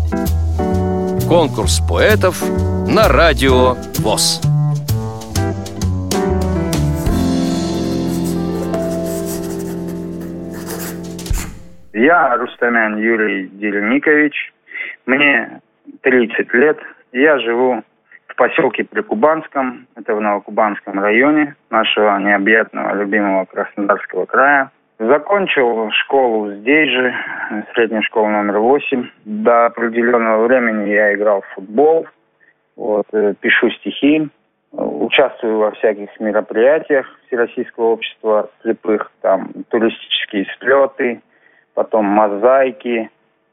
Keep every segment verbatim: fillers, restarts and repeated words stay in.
Конкурс поэтов на Радио ВОС. Я Рустамян Юрий Дельникович, мне тридцать лет, я живу в поселке Прикубанском, это в Новокубанском районе нашего необъятного любимого Краснодарского края. Закончил школу здесь же, среднюю школу номер восемь. До определенного времени я играл в футбол, вот, пишу стихи, участвую во всяких мероприятиях Всероссийского общества слепых, там туристические слеты, потом мозаики,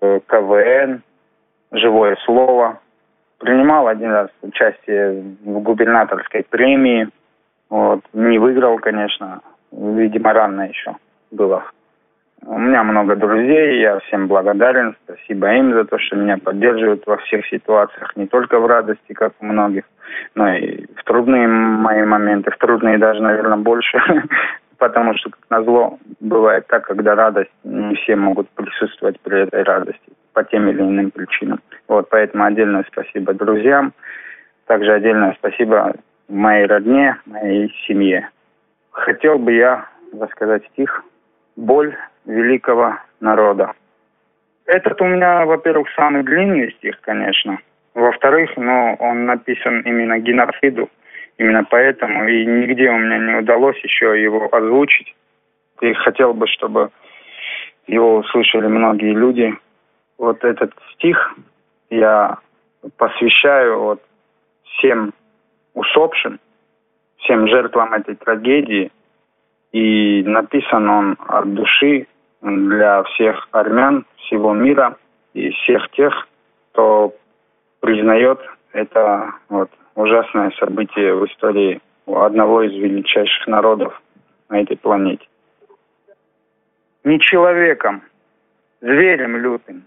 КВН, живое слово. Принимал один раз участие в губернаторской премии. Вот. Не выиграл, конечно, видимо, рано еще было. У меня много друзей, я всем благодарен. Спасибо им за то, что меня поддерживают во всех ситуациях, не только в радости, как у многих, но и в трудные мои моменты, в трудные даже, наверное, больше. Потому что, как назло, бывает так, когда радость, не все могут присутствовать при этой радости по тем или иным причинам. Вот, поэтому отдельное спасибо друзьям, также отдельное спасибо моей родне, моей семье. Хотел бы я рассказать стих «Боль великого народа». Этот у меня, во-первых, самый длинный стих, конечно. Во-вторых, но он написан именно геноциду. Именно поэтому и нигде у меня не удалось еще его озвучить. И хотел бы, чтобы его услышали многие люди. Вот этот стих я посвящаю вот всем усопшим, всем жертвам этой трагедии. И написан он от души для всех армян всего мира и всех тех, кто признает это вот ужасное событие в истории одного из величайших народов на этой планете. Не человеком, зверем лютым,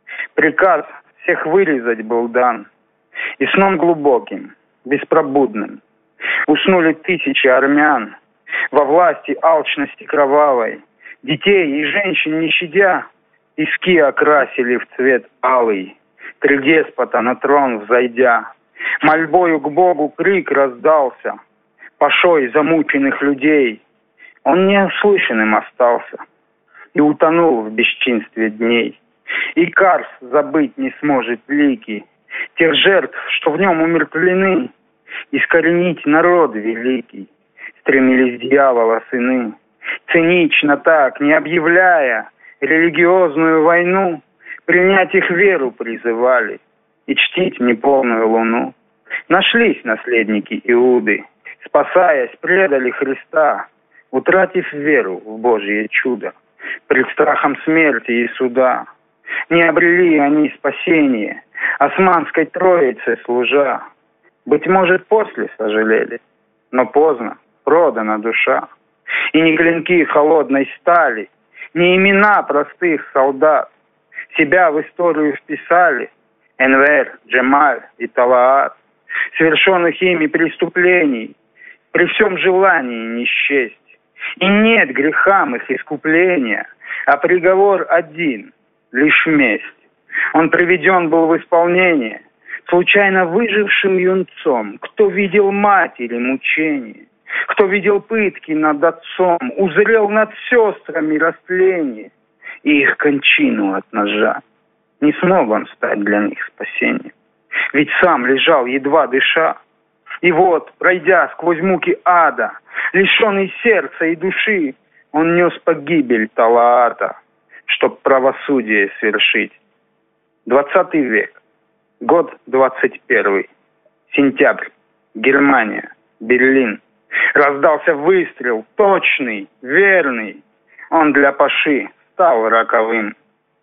приказ всех вырезать был дан, и сном глубоким, беспробудным уснули тысячи армян во власти алчности кровавой, детей и женщин не щадя, пески окрасили в цвет алый, три деспота на трон взойдя. Мольбою к Богу крик раздался, пашой замученных людей. Он неуслышанным остался и утонул в бесчинстве дней. И Карс забыть не сможет лики тех жертв, что в нем умертвлены. Искоренить народ великий стремились дьявола сыны. Цинично так, не объявляя религиозную войну, принять их веру призывали и чтить неполную луну. Нашлись наследники Иуды, спасаясь, предали Христа, утратив веру в Божье чудо, пред страхом смерти и суда. Не обрели они спасение, османской троице служа. Быть может, после сожалели, но поздно, продана душа. И не клинки холодной стали, не имена простых солдат себя в историю вписали, Энвер, Джемаль и Талаат, совершенных ими преступлений, при всем желании не счесть. И нет грехам их искупления, а приговор один, лишь месть. Он приведен был в исполнение случайно выжившим юнцом, кто видел матери мучения, кто видел пытки над отцом, узрел над сестрами растление и их кончину от ножа. Не смог он стать для них спасением, ведь сам лежал, едва дыша. И вот, пройдя сквозь муки ада, лишенный сердца и души, он нес погибель Талаата, чтоб правосудие свершить. Двадцатый век, год двадцать первый, сентябрь, Германия, Берлин. Раздался выстрел, точный, верный. Он для Паши стал роковым.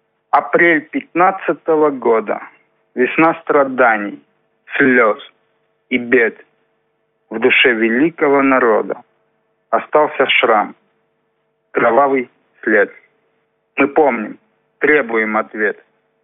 Апрель пятнадцатого года. Весна страданий, слез и бед. В душе великого народа остался шрам, кровавый след. Мы помним, требуем ответ.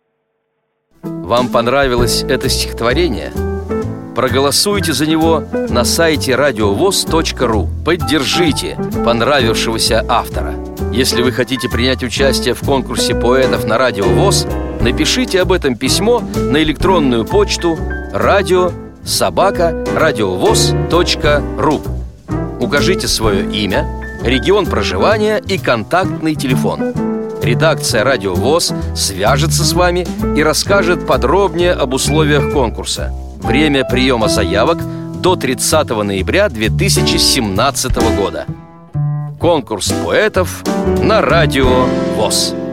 Вам понравилось это стихотворение? Проголосуйте за него на сайте радиовос точка ру. Поддержите понравившегося автора. Если вы хотите принять участие в конкурсе поэтов на Радио ВОС, Напишите об этом письмо на электронную почту радио собака радиовоз точка ру. Укажите свое имя, регион проживания и контактный телефон. Редакция «Радио ВОС» свяжется с вами и расскажет подробнее об условиях конкурса. Время приема заявок до тридцатого ноября две тысячи семнадцатого года. Конкурс поэтов на Радио ВОС.